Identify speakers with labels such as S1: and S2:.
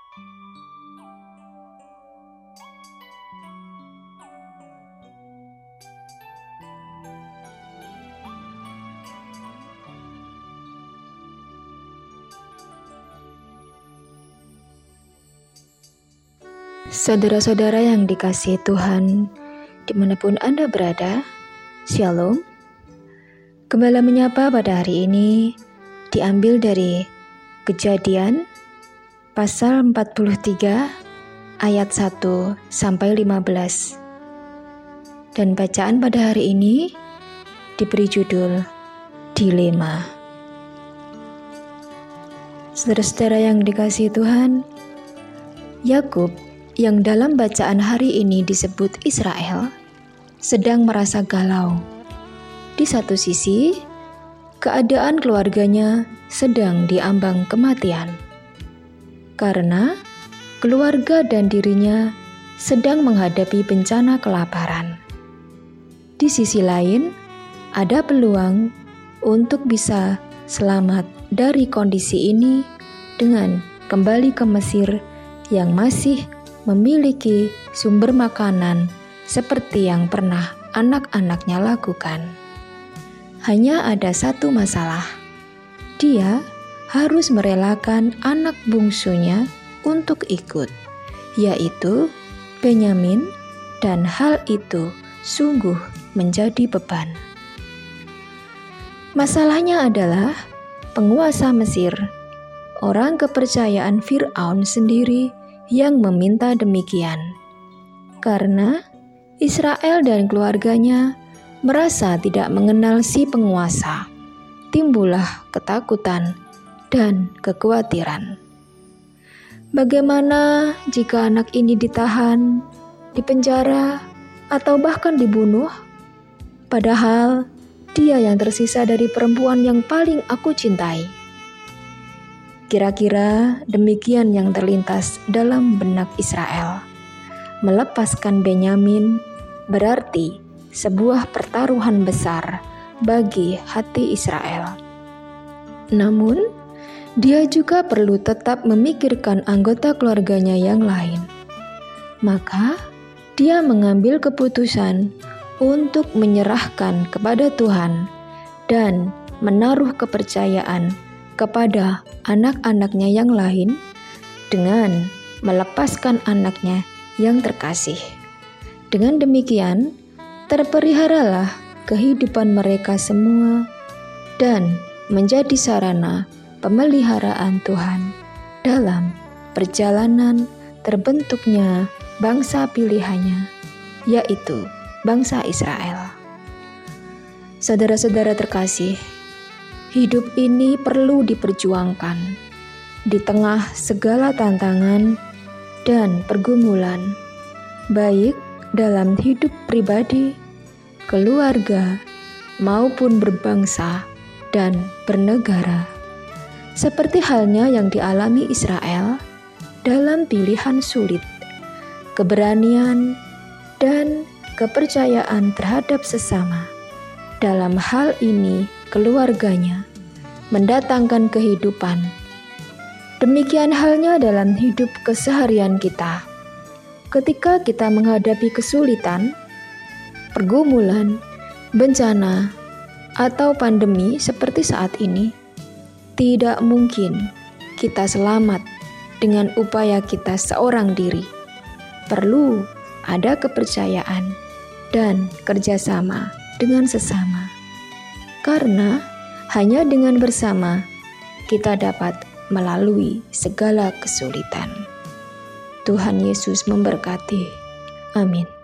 S1: Saudara-saudara yang dikasihi Tuhan, dimanapun Anda berada, Shalom. Gembala menyapa pada hari ini diambil dari Kejadian pasal 43 ayat 1 sampai 15. Dan bacaan pada hari ini diberi judul Dilema. Saudara-saudara yang dikasihi Tuhan, Yakub yang dalam bacaan hari ini disebut Israel, sedang merasa galau. Di satu sisi, keadaan keluarganya sedang diambang kematian, karena keluarga dan dirinya sedang menghadapi bencana kelaparan. Di sisi lain, ada peluang untuk bisa selamat dari kondisi ini dengan kembali ke Mesir yang masih memiliki sumber makanan seperti yang pernah anak-anaknya lakukan. Hanya ada satu masalah. Dia harus merelakan anak bungsunya untuk ikut, yaitu Benyamin, dan hal itu sungguh menjadi beban. Masalahnya adalah penguasa Mesir, orang kepercayaan Fir'aun sendiri, yang meminta demikian, karena Israel dan keluarganya merasa tidak mengenal si penguasa. Timbullah ketakutan dan kekhawatiran. Bagaimana jika anak ini ditahan, dipenjara, atau bahkan dibunuh? Padahal dia yang tersisa dari perempuan yang paling aku cintai. Kira-kira demikian yang terlintas dalam benak Israel. Melepaskan Benyamin berarti sebuah pertaruhan besar bagi hati Israel. Namun, dia juga perlu tetap memikirkan anggota keluarganya yang lain. Maka, dia mengambil keputusan untuk menyerahkan kepada Tuhan dan menaruh kepercayaan kepada anak-anaknya yang lain dengan melepaskan anaknya yang terkasih. Dengan demikian, terpeliharalah kehidupan mereka semua dan menjadi sarana pemeliharaan Tuhan dalam perjalanan terbentuknya bangsa pilihannya, yaitu bangsa Israel. Saudara-saudara terkasih, hidup ini perlu diperjuangkan di tengah segala tantangan dan pergumulan, baik dalam hidup pribadi, keluarga, maupun berbangsa dan bernegara. Seperti halnya yang dialami Israel dalam pilihan sulit, keberanian, dan kepercayaan terhadap sesama. Dalam hal ini, keluarganya mendatangkan kehidupan. Demikian halnya dalam hidup keseharian kita. Ketika kita menghadapi kesulitan, pergumulan, bencana, atau pandemi seperti saat ini, tidak mungkin kita selamat dengan upaya kita seorang diri. Perlu ada kepercayaan dan kerjasama dengan sesama. Karena hanya dengan bersama kita dapat melalui segala kesulitan. Tuhan Yesus memberkati. Amin.